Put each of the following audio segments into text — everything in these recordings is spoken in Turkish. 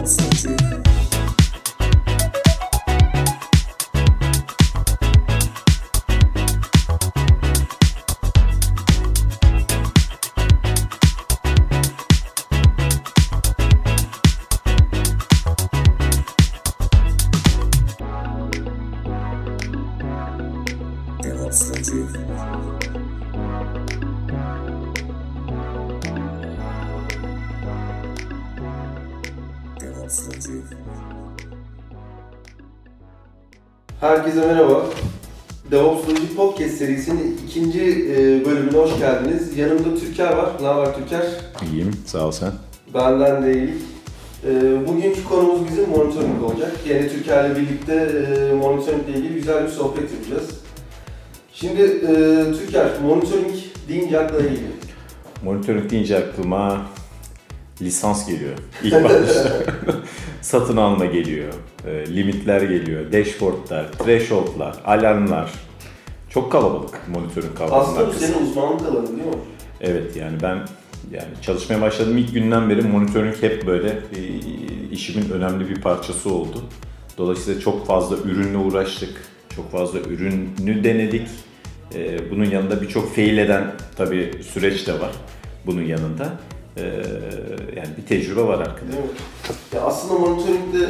Herkese merhaba. DevOps Logic Podcast serisinin ikinci bölümüne hoş geldiniz. Yanımda Türker var. Ne haber Türker? İyiyim, sağ ol sen. Benden de iyi. Bugünkü konumuz bizim monitoring olacak. Yine Türker'le birlikte monitoring ile ilgili güzel bir sohbet yapacağız. Şimdi Türker, monitoring deyince aklına ne geliyor? Monitoring deyince aklıma lisans geliyor. İlk başta satın alma geliyor, limitler geliyor, dashboardlar, thresholdlar, alarmlar. Çok kalabalık monitoring kavramının aslında bu senin uzmanlık alanı değil mi? Evet, yani ben çalışmaya başladığım ilk günden beri monitoring hep böyle işimin önemli bir parçası oldu. Dolayısıyla çok fazla ürünle uğraştık, çok fazla ürünü denedik. Bunun yanında birçok fail eden tabii süreç de var bunun yanında. Yani bir tecrübe var arkada. Değil mi? Ya aslında monitoringde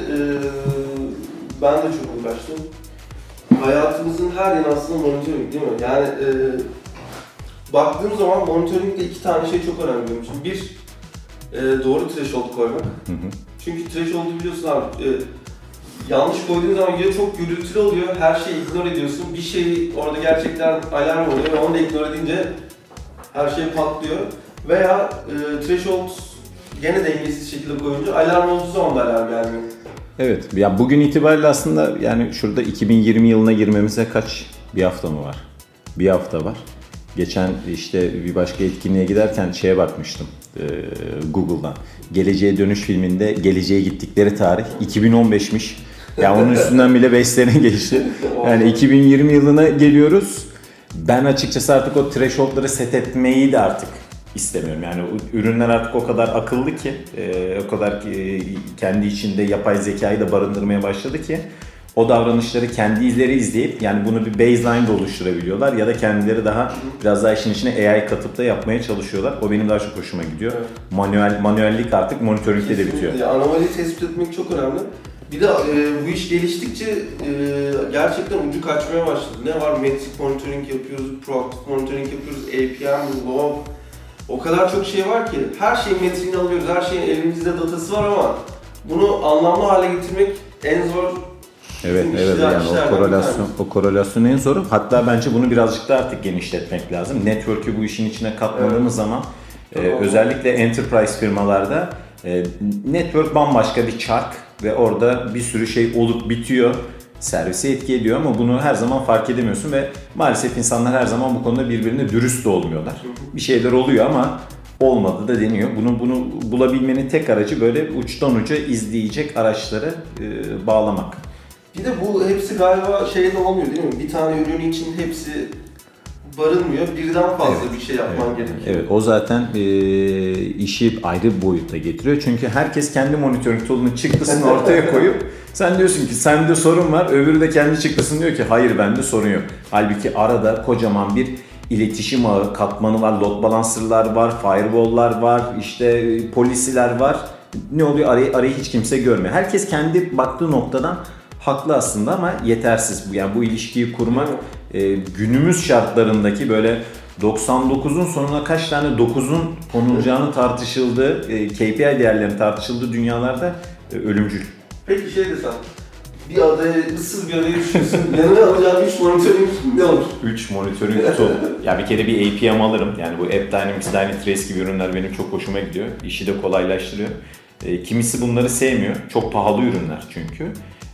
ben de çok uğraştım. Hayatımızın her yanı aslında monitoring değil mi? Yani baktığım zaman monitoringde iki tane şey çok önemli benim için. Bir, doğru threshold koymak. Çünkü threshold'u biliyorsun abi, yanlış koyduğun zaman ya çok gürültülü oluyor, her şeyi ignore ediyorsun. Bir şey orada gerçekten alarm oluyor ve onu da ignore edince her şey patlıyor. Veya threshold gene dengesiz şekilde koyunca alarm olduğu zaman da alarm gelmiyor. Evet, ya bugün itibariyle aslında yani şurada 2020 yılına girmemize bir hafta mı var? Bir hafta var. Geçen işte bir başka etkinliğe giderken şeye bakmıştım Google'dan. Geleceğe Dönüş filminde geleceğe gittikleri tarih 2015'miş. Yani onun üstünden bile 5 sene geçti. Yani 2020 yılına geliyoruz. Ben açıkçası artık o threshold'ları set etmeyi de artık istemiyorum. Yani ürünler artık o kadar akıllı ki, o kadar kendi içinde yapay zekayı da barındırmaya başladı ki o davranışları kendileri izleyip yani bunu bir baseline de oluşturabiliyorlar ya da kendileri biraz daha işin içine AI katıp da yapmaya çalışıyorlar. O benim daha çok hoşuma gidiyor. Evet. Manuellik artık monitoring'de de bitiyor. Anomali tespit etmek çok önemli. Bir de bu iş geliştikçe gerçekten ucu kaçmaya başladı. Ne var? Metric monitoring yapıyoruz, proactive monitoring yapıyoruz, APM, log. O kadar çok şey var ki her şeyin metriğini alıyoruz, her şeyin elimizde datası var ama bunu anlamlı hale getirmek en zor. Evet yani o korelasyon en zoru. Hatta bence bunu birazcık da artık genişletmek lazım. Network'ü bu işin içine katmadığımız zaman özellikle enterprise firmalarda network bambaşka bir çark ve orada bir sürü şey olup bitiyor. Servise etki ediyor ama bunu her zaman fark edemiyorsun ve maalesef insanlar her zaman bu konuda birbirine dürüst de olmuyorlar. Bir şeyler oluyor ama olmadı da deniyor. Bunu bulabilmenin tek aracı böyle uçtan uca izleyecek araçları bağlamak. Bir de bu hepsi galiba şeyde olmuyor değil mi? Bir tane ürün için hepsi barınmıyor. Birden fazla bir şey yapman gerekiyor. Evet, o zaten işi ayrı bir boyuta getiriyor. Çünkü herkes kendi monitoring tool'unun çıktısını ortaya koyup sen diyorsun ki sende sorun var, öbürü de kendi çıktısını diyor ki hayır bende sorun yok. Halbuki arada kocaman bir iletişim ağı katmanı var, load balancer'lar var, firewall'lar var, işte policy'ler var. Ne oluyor? Arayı hiç kimse görmüyor. Herkes kendi baktığı noktadan haklı aslında ama yetersiz. Yani bu ilişkiyi kurmak günümüz şartlarındaki böyle 99'un sonuna kaç tane 9'un konulacağını tartışıldığı, KPI değerlerinin tartışıldığı dünyalarda ölümcül. Peki şey desem, bir adaya, ıssız bir adaya düşüyorsun, yanına alacağın 3 monitoring ne olur? 3 monitoring tool. Ya bir kere bir APM alırım. Yani bu AppDynamics, Dynatrace gibi ürünler benim çok hoşuma gidiyor. İşi de kolaylaştırıyor. Kimisi bunları sevmiyor. Çok pahalı ürünler çünkü.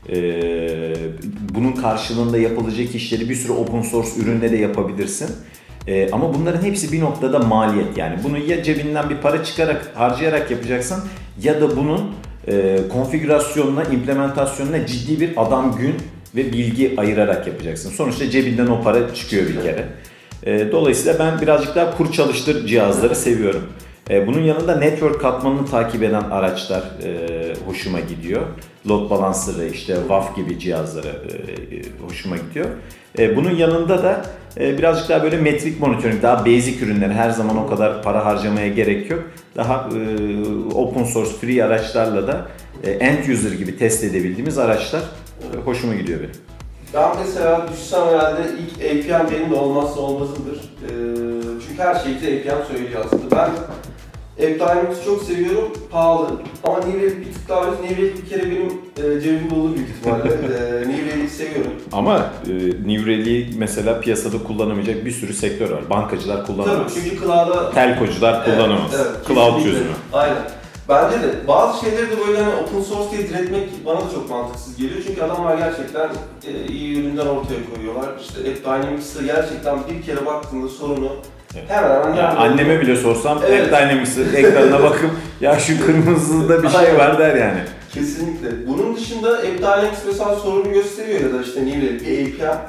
Bunun karşılığında yapılacak işleri bir sürü open source ürünle de yapabilirsin. Ama bunların hepsi bir noktada maliyet. Yani bunu ya cebinden bir para harcayarak yapacaksın ya da bunun konfigürasyonuna, implementasyonuna ciddi bir adam gün ve bilgi ayırarak yapacaksın. Sonuçta cebinden o para çıkıyor bir kere. Dolayısıyla ben birazcık daha kur çalıştır cihazları seviyorum. Bunun yanında network katmanını takip eden araçlar hoşuma gidiyor. Load balancer'ı, işte WAF gibi cihazları hoşuma gidiyor. Bunun yanında da birazcık daha böyle metrik monitoring, daha basic ürünler, her zaman o kadar para harcamaya gerek yok. Daha open source free araçlarla da end user gibi test edebildiğimiz araçlar hoşuma gidiyor benim. Ben mesela düşsem herhalde ilk APM benim de olmazsa olmazımdır. Çünkü her şeyi de APM söylüyor aslında. Ben AppDynamics'i çok seviyorum, pahalı. Ama New Relic bir tık daha New Relic bir kere benim cebimde olur büyük ihtimalle. New Relic'i seviyorum. Ama New Relic'i mesela piyasada kullanamayacak bir sürü sektör var. Bankacılar kullanamaz. Tabii, çünkü cloud'a... Telkocular kullanamaz. Evet, Cloud çözümü. Aynen. Bence de bazı şeyleri de böyle hani open source diye diretmek bana da çok mantıksız geliyor. Çünkü adamlar gerçekten iyi ürünler ortaya koyuyorlar. İşte AppDynamics'e gerçekten bir kere baktığında sorunu hemen ya anneme bile sorsam AppDynamics'in ekranına bakıp ya şu kırmızıda bir şey var der yani. Kesinlikle. Bunun dışında AppDynamics mesela sorunu gösteriyor ya da işte New Relic bir API.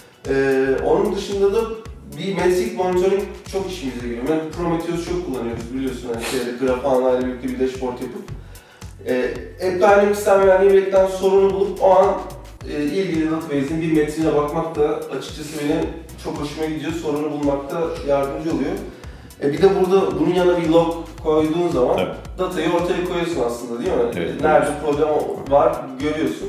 Onun dışında da bir metrik monitoring çok işimize geliyor. Ben Prometheus çok kullanıyoruz biliyorsun. Yani Grafana ile birlikte bir dashboard yapıp. AppDynamics'ten veya New Relic'ten sorunu bulup o an ilgili database'in bir metriğine bakmak da açıkçası benim çok hoşuma gidiyor. Sorunu bulmakta yardımcı oluyor. Bir de burada bunun yanına bir log koyduğun zaman datayı ortaya koyuyorsun aslında, değil mi? Evet, nerede problem var görüyorsun.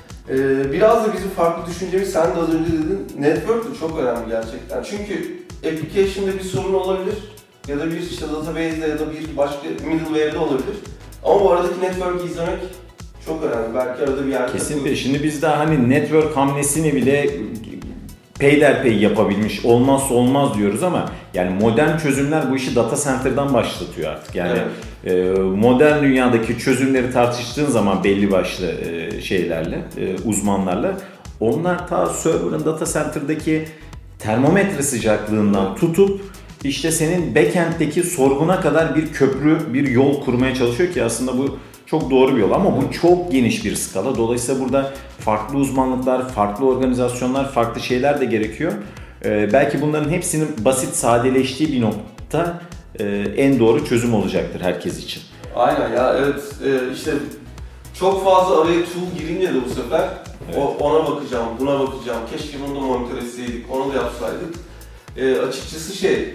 Biraz da bizim farklı düşüncemiz, sen de az önce dedin, network de çok önemli gerçekten. Çünkü application'da bir sorun olabilir ya da bir işte database'de ya da bir başka middleware'de olabilir. Ama bu aradaki network'ı izlemek çok önemli. Belki arada bir yerde... Kesinlikle. Şimdi biz daha hani network hamlesini bile peyderpey yapabilmiş, olmazsa olmaz diyoruz ama yani modern çözümler bu işi data center'dan başlatıyor artık. Yani modern dünyadaki çözümleri tartıştığın zaman belli başlı şeylerle, uzmanlarla, onlar ta server'ın data center'daki termometre sıcaklığından tutup işte senin backend'deki sorguna kadar bir köprü, bir yol kurmaya çalışıyor ki aslında bu çok doğru bir yol ama bu çok geniş bir skala. Dolayısıyla burada farklı uzmanlıklar, farklı organizasyonlar, farklı şeyler de gerekiyor. Belki bunların hepsinin basit, sadeleştiği bir nokta en doğru çözüm olacaktır herkes için. Aynen ya, evet. İşte çok fazla araya tool girince de bu sefer ona bakacağım, buna bakacağım, keşke bunu da monitör etseydik, onu da yapsaydık. Açıkçası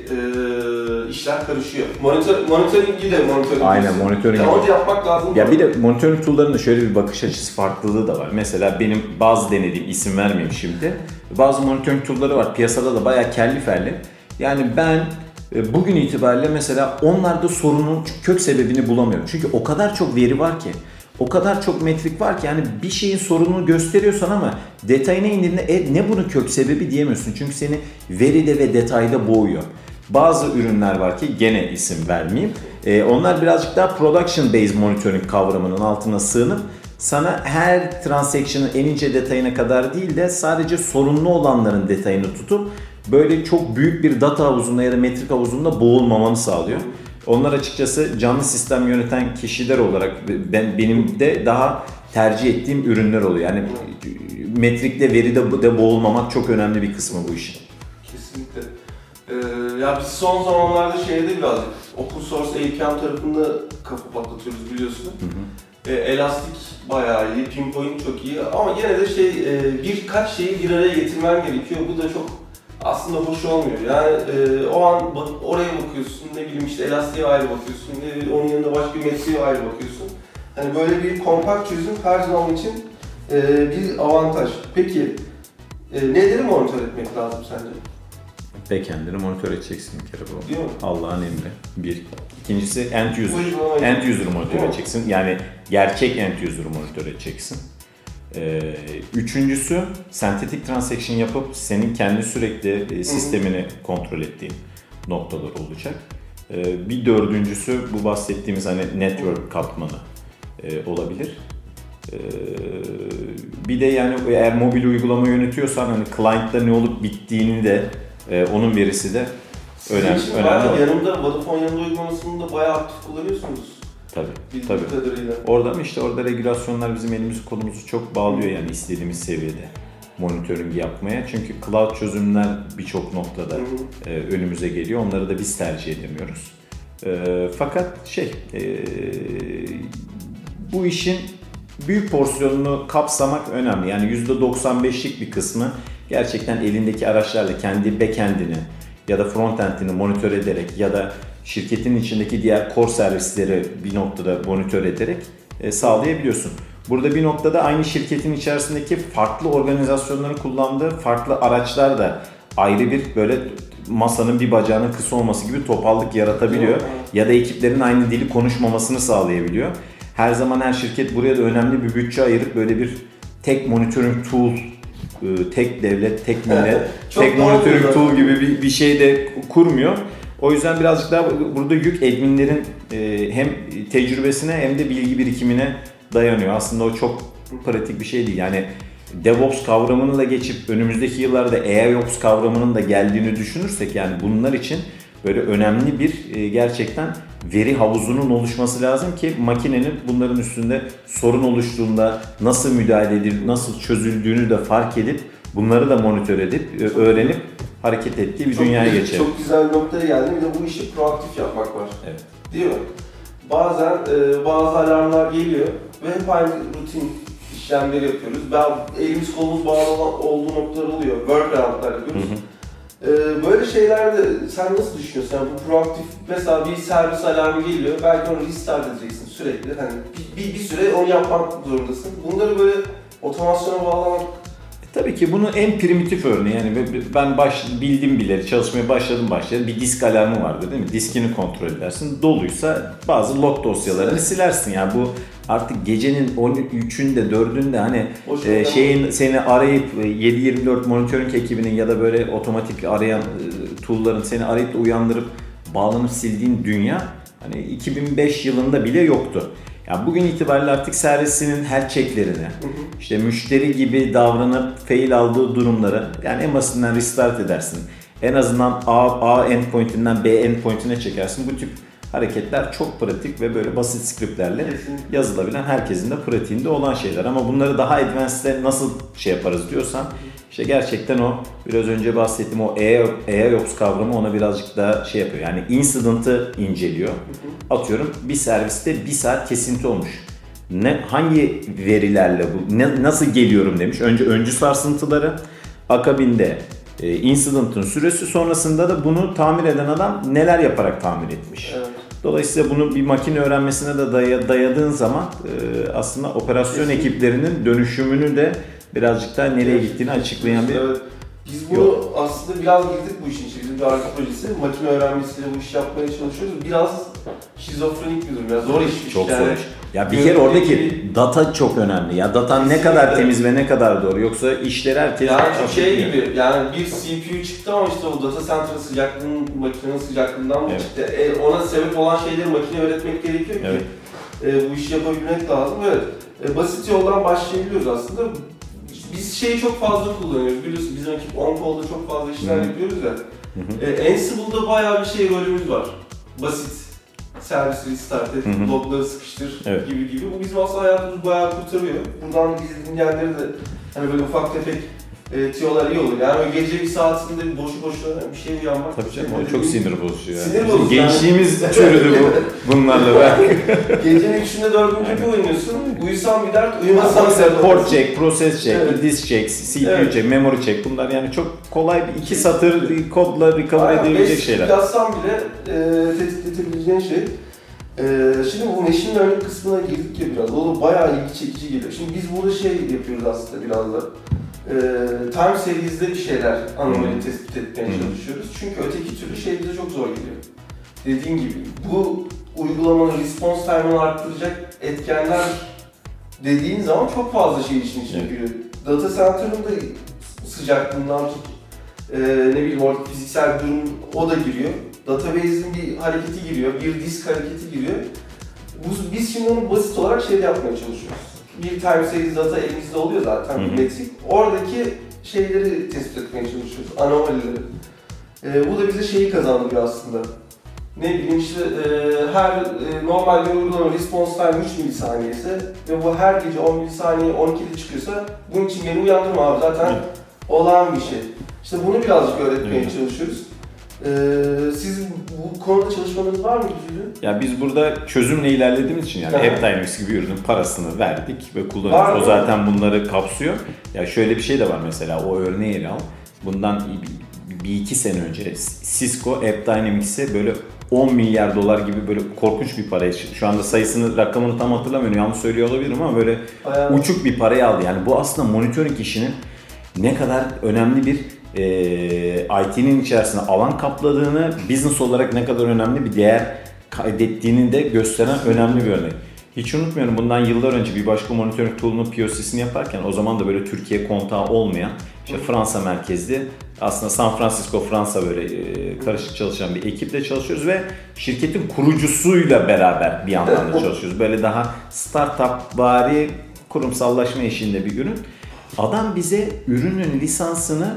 işler karışıyor. Monitoringi de monitoring. Aynen, monitoring. Onu da yapmak lazım. Ya bir de monitoring tool'larında şöyle bir bakış açısı farklılığı da var. Mesela benim bazı denediğim, isim vermeyeyim şimdi, bazı monitoring tool'ları var. Piyasada da bayağı kelli felli. Yani ben bugün itibariyle mesela onlarda sorunun kök sebebini bulamıyorum. Çünkü o kadar çok veri var ki, o kadar çok metrik var ki, yani bir şeyin sorununu gösteriyorsan ama detayına indiğinde ne bunun kök sebebi diyemiyorsun. Çünkü seni veride ve detayda boğuyor. Bazı ürünler var ki gene isim vermeyeyim. Onlar birazcık daha production based monitoring kavramının altına sığınıp sana her transaction'ın en ince detayına kadar değil de sadece sorunlu olanların detayını tutup böyle çok büyük bir data havuzunda ya da metrik havuzunda boğulmamanı sağlıyor. Onlar açıkçası canlı sistem yöneten kişiler olarak benim de daha tercih ettiğim ürünler oluyor. Yani metrikle veride de boğulmamak çok önemli bir kısmı bu işin. Kesinlikle. Ya biz son zamanlarda birazcık open source APM tarafında kafa patlatıyoruz biliyorsun. Elastic bayağı iyi, Pinpoint çok iyi ama yine de birkaç şeyi bir araya getirmen gerekiyor. Bu da çok aslında hoş olmuyor. Yani o an oraya bakıyorsun, ne bileyim işte Elastic'e ayrı bakıyorsun, onun yanında başka bir metriğe ayrı bakıyorsun. Hani böyle bir kompakt çözüm her zaman için bir avantaj. Peki neleri monitör etmek lazım sence? Backend'ini monitör edeceksin bir kere bu. Değil mi? Allah'ın emri. Bir. İkincisi end user'ı monitör edeceksin. Yani gerçek end user'ı monitör edeceksin. Üçüncüsü sentetik transaction yapıp senin kendi sürekli sistemini kontrol ettiğin noktalar olacak. Bir dördüncüsü bu bahsettiğimiz hani network katmanı olabilir. Bir de yani eğer mobil uygulama yönetiyorsan hani client'ta ne olup bittiğini de onun verisi de önemli. Yanımda Vodafone yanında uygulamasını da bayağı aktif kullanıyorsunuz. Tabii. Orada mı işte orada regülasyonlar bizim elimizi kolumuzu çok bağlıyor yani istediğimiz seviyede monitoring yapmaya. Çünkü cloud çözümler birçok noktada önümüze geliyor. Onları da biz tercih edemiyoruz. Fakat bu işin büyük porsiyonunu kapsamak önemli. Yani %95'lik bir kısmı gerçekten elindeki araçlarla kendi backend'ini ya da frontend'ini monitör ederek ya da şirketin içindeki diğer core servisleri bir noktada monitör ederek sağlayabiliyorsun. Burada bir noktada aynı şirketin içerisindeki farklı organizasyonların kullandığı farklı araçlar da ayrı bir böyle masanın bir bacağının kısa olması gibi topallık yaratabiliyor. Ya da ekiplerin aynı dili konuşmamasını sağlayabiliyor. Her zaman her şirket buraya da önemli bir bütçe ayırıp böyle bir tek monitoring tool, tek devlet, tek millet, tek monitoring tool gibi bir şey de kurmuyor. O yüzden birazcık daha burada yük adminlerin hem tecrübesine hem de bilgi birikimine dayanıyor. Aslında o çok pratik bir şey değil. Yani DevOps kavramını da geçip önümüzdeki yıllarda AIOps kavramının da geldiğini düşünürsek yani bunlar için böyle önemli bir gerçekten veri havuzunun oluşması lazım ki makinenin bunların üstünde sorun oluştuğunda nasıl müdahale edilip nasıl çözüldüğünü de fark edip bunları da monitör edip öğrenip hareket ettiği bir dünyaya geçelim. Çok güzel bir noktaya geldim. Bir de bu işi proaktif yapmak var. Evet. Değil mi? Bazen bazı alarmlar geliyor ve hep aynı rutin işlemleri yapıyoruz. Elimiz kolumuz bağlı olduğu noktalar oluyor. Workaround'lar yapıyoruz. Böyle şeylerde sen nasıl düşünüyorsun? Yani bu proaktif, mesela bir servis alarmı geliyor, belki onu restart edeceksin sürekli. Hani bir süre onu yapmak zorundasın. Bunları böyle otomasyona bağlamak. Tabii ki bunu en primitif örneği, yani ben bildim bileli çalışmaya başladım bir disk alarmı vardı değil mi? Diskini kontrol edersin. Doluysa bazı log dosyalarını silersin. Yani bu artık gecenin 13'ünde 4'ünde hani seni arayıp 7/24 monitoring ekibinin ya da böyle otomatik arayan tool'ların seni arayıp da uyandırıp bağlanıp sildiğin dünya hani 2005 yılında bile yoktu. Yani bugün itibariyle artık servisinin health check'lerini, işte müşteri gibi davranıp fail aldığı durumları yani en basitinden restart edersin. En azından A endpoint'inden B endpoint'ine çekersin. Bu tip hareketler çok pratik ve böyle basit scriptlerle yazılabilen, herkesin de pratiğinde olan şeyler. Ama bunları daha advanced'e nasıl yaparız diyorsan işte gerçekten o biraz önce bahsettiğim o AIOps kavramı ona birazcık daha yapıyor. Yani incident'ı inceliyor. Atıyorum bir serviste 1 saat kesinti olmuş. Hangi verilerle bu nasıl geliyorum demiş. Önce öncü sarsıntıları, akabinde incident'ın süresi, sonrasında da bunu tamir eden adam neler yaparak tamir etmiş. Evet. Dolayısıyla bunu bir makine öğrenmesine de dayadığın zaman aslında operasyon ekiplerinin dönüşümünü de birazcık daha nereye gittiğini açıklayan bir Biz bunu aslında biraz girdik bu işin içine. Bizim bir arka projesi, makine öğrenmesiyle bu işi yapmaya çalışıyoruz. Biraz şizofrenik bir durum, biraz zor iş. Çok zor iş. Ya bir kere oradaki data çok önemli. Ya datan ne kadar temiz ve ne kadar doğru. Yoksa işleri herkes... Yani gibi, yani bir CPU çıktı ama işte o data center sıcaklığının, makinenin sıcaklığından mı çıktı? Ona sebep olan şeyleri makine öğretmek gerekiyor ki bu işi yapabilmek lazım. Evet, basit yoldan başlayabiliyoruz aslında. Biz şeyi çok fazla kullanıyoruz, biliyorsun bizim ekip on-call'da çok fazla işler yapıyoruz ya. Ansible'da bayağı bir rolümüz var. Basit. Servisi restart et, logları sıkıştır gibi. Bu bizim aslında hayatımızı bayağı kurtarıyor. Buradan bizi dinleyenleri de hani böyle ufak tefek tiyolar iyi olur. Yani gece bir saatinde boşu boşuna bir şey uyanmak. Tabii canım, o çok sinir bozucu yani. Sinir bozucu. Gençliğimiz çürüdü bunlarla belki. Gecenin 3'ünde 4'ünde bir oynuyorsun. Uyusan bir dert, uyumasan bir dert. Port check, process check, disk check, CPU check, memory check, bunlar yani çok kolay bir 2 satır kodla recover edilecek şeyler. Yazsam bile tetikletebileceğin şey. Şimdi bu machine learning kısmına girdik ya biraz. O da bayağı ilgi çekici geliyor. Şimdi biz burada yapıyoruz aslında biraz da. Time series'de bir şeyler anomali tespit etmeye çalışıyoruz. Çünkü öteki türlü bize çok zor geliyor. Dediğim gibi bu uygulamanın response time'ını arttıracak etkenler dediğin zaman çok fazla şey işin içine giriyor. Data center'ın da sıcaklığından tut, orada fiziksel durum o da giriyor. Database'in bir hareketi giriyor, bir disk hareketi giriyor. Biz şimdi onu basit olarak yapmaya çalışıyoruz. Bir time series data elimizde oluyor zaten, bir metrik. Oradaki şeyleri tespit etmeye çalışıyoruz, anomalileri. Bu da bize kazandırıyor aslında. Her normal bir uygulama response time 3 milisaniye ise ve bu her gece 10 milisaniye 12'de çıkıyorsa bunun için beni uyandırma abi, zaten olağan bir şey. İşte bunu birazcık öğretmeye çalışıyoruz. Siz bu konuda çalışmanız var mı? Ya biz burada çözümle ilerlediğimiz için yani App Dynamics gibi ürünün parasını verdik ve kullanıyoruz. O zaten bunları kapsıyor. Ya şöyle bir şey de var mesela, o örneği ele al. Bundan bir iki sene önce Cisco App Dynamics'e böyle 10 milyar dolar gibi böyle korkunç bir parayı, şu anda sayısını, rakamını tam hatırlamıyorum, yanlış söylüyor olabilirim ama böyle uçuk bir parayı aldı. Yani bu aslında monitoring işinin ne kadar önemli bir IT'nin içerisinde alan kapladığını, business olarak ne kadar önemli bir değer kaydettiğini de gösteren önemli bir örnek. Hiç unutmuyorum, bundan yıllar önce bir başka monitoring tool'unun POC'sini yaparken, o zaman da böyle Türkiye kontağı olmayan, işte Fransa merkezli, aslında San Francisco, Fransa böyle karışık çalışan bir ekiple çalışıyoruz ve şirketin kurucusuyla beraber bir yandan da çalışıyoruz. Böyle daha startup-vari kurumsallaşma eşiğinde bir ürün. Adam bize ürünün lisansını,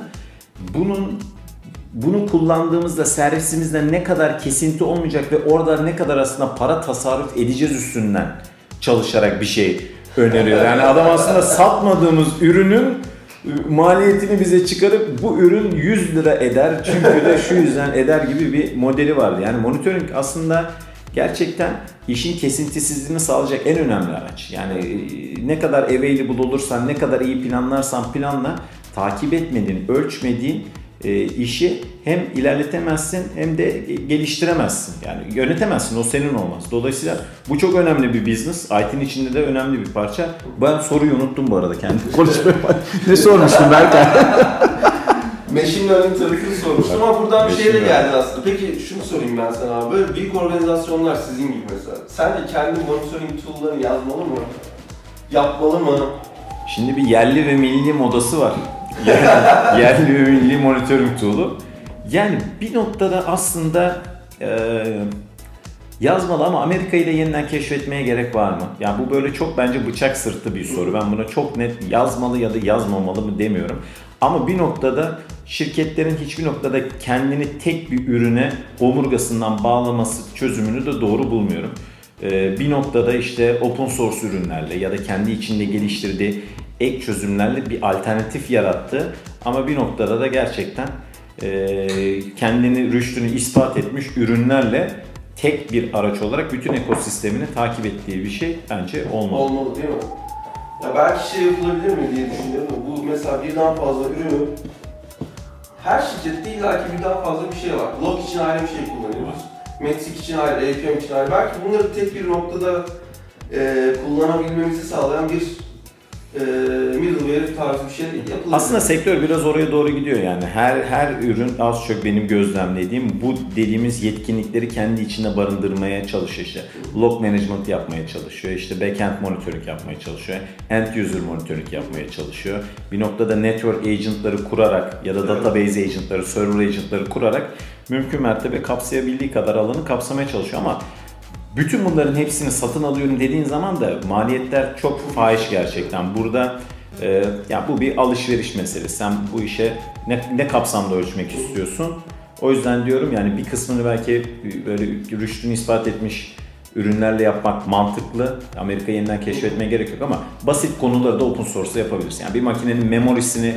bunu kullandığımızda servisimizde ne kadar kesinti olmayacak ve orada ne kadar aslında para tasarruf edeceğiz üstünden çalışarak bir şey öneriyor. Yani adam aslında satmadığımız ürünün maliyetini bize çıkarıp bu ürün 100 lira eder çünkü de şu yüzden eder gibi bir modeli vardı. Yani monitoring aslında gerçekten işin kesintisizliğini sağlayacak en önemli araç. Yani ne kadar available olursan, ne kadar iyi planlarsan planla, takip etmediğin, ölçmediğin işi hem ilerletemezsin hem de geliştiremezsin. Yani yönetemezsin, o senin olmaz. Dolayısıyla bu çok önemli bir business. IT'nin içinde de önemli bir parça. Ben soruyu unuttum bu arada, kendi konuşmaya. Ne sormuştum Berkay? Machine Learning tarafını sormuştum ama buradan bir şey de geldi aslında. Peki şunu sorayım ben sana abi. Böyle büyük organizasyonlar sizin gibi mesela. Sence kendi monitoring tool'larını yazmalı mı? Yapmalı mı? Şimdi bir yerli ve milli modası var. Yerli ve milli monitoring tool'u. Yani bir noktada aslında yazmalı ama Amerika'yı da yeniden keşfetmeye gerek var mı? Yani bu böyle çok bence bıçak sırtı bir soru. Ben buna çok net yazmalı ya da yazmamalı mı demiyorum. Ama bir noktada şirketlerin hiçbir noktada kendini tek bir ürüne omurgasından bağlaması çözümünü de doğru bulmuyorum. Bir noktada işte open source ürünlerle ya da kendi içinde geliştirdiği ek çözümlerle bir alternatif yarattı. Ama bir noktada da gerçekten kendini, rüştünü ispat etmiş ürünlerle tek bir araç olarak bütün ekosistemini takip ettiği bir şey bence olmalı. Olmalı değil mi? Ya belki şey yapılabilir mi diye düşünüyorum. Bu mesela birden fazla ürünü, her şirkette illaki birden fazla bir şey var. Log için ayrı bir şey kullanıyoruz. Metric için ayrı, APM için ayrı. Belki bunları tek bir noktada kullanabilmemizi sağlayan bir middleware tarzı bir şey yapılabilir. Aslında sektör biraz oraya doğru gidiyor yani. Her ürün az çok benim gözlemlediğim bu dediğimiz yetkinlikleri kendi içinde barındırmaya çalışıyor. İşte log management yapmaya çalışıyor, işte backend monitoring yapmaya çalışıyor, end user monitoring yapmaya çalışıyor. Bir noktada network agent'ları kurarak ya da database agent'ları, server agent'ları kurarak mümkün mertebe kapsayabildiği kadar alanı kapsamaya çalışıyor ama bütün bunların hepsini satın alıyorum dediğin zaman da maliyetler çok fahiş gerçekten. Burada ya bu bir alışveriş meselesi. Sen bu işe ne kapsamda ölçmek istiyorsun? O yüzden diyorum yani bir kısmını belki böyle rüştünü ispat etmiş ürünlerle yapmak mantıklı. Amerika'yı yeniden keşfetmeye gerek yok ama basit konuları da open source'da yapabilirsin. Yani bir makinenin memorisini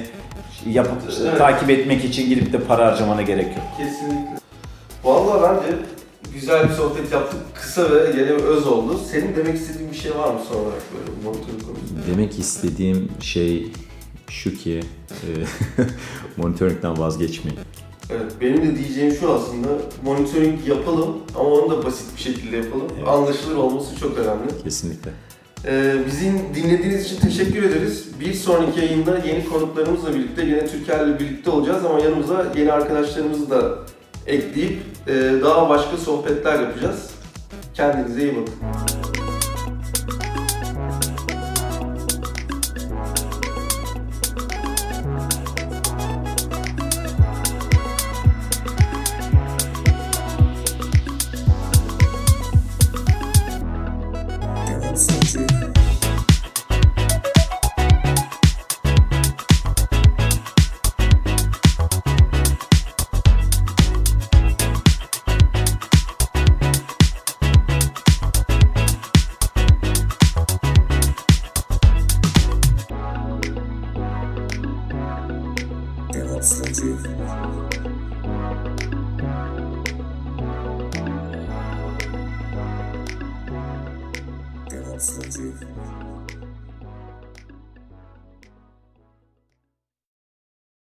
takip etmek için gidip de para harcamana gerek yok. Kesinlikle. Vallahi bence güzel bir sohbet yaptık. Kısa ve gene öz oldu. Senin demek istediğin bir şey var mı son olarak böyle monitoring konusunda? Demek istediğim şey şu ki monitoring'den vazgeçmeyin. Evet, benim de diyeceğim şu aslında, monitoring yapalım ama onu da basit bir şekilde yapalım. Evet. Anlaşılır olması çok önemli. Kesinlikle. Bizi dinlediğiniz için teşekkür ederiz. Bir sonraki yayında yeni konuklarımızla birlikte, yine Türker'le birlikte olacağız ama yanımıza yeni arkadaşlarımızı da ekleyip daha başka sohbetler yapacağız. Kendinize iyi bakın. Demonstrative. rahatsız ediyor.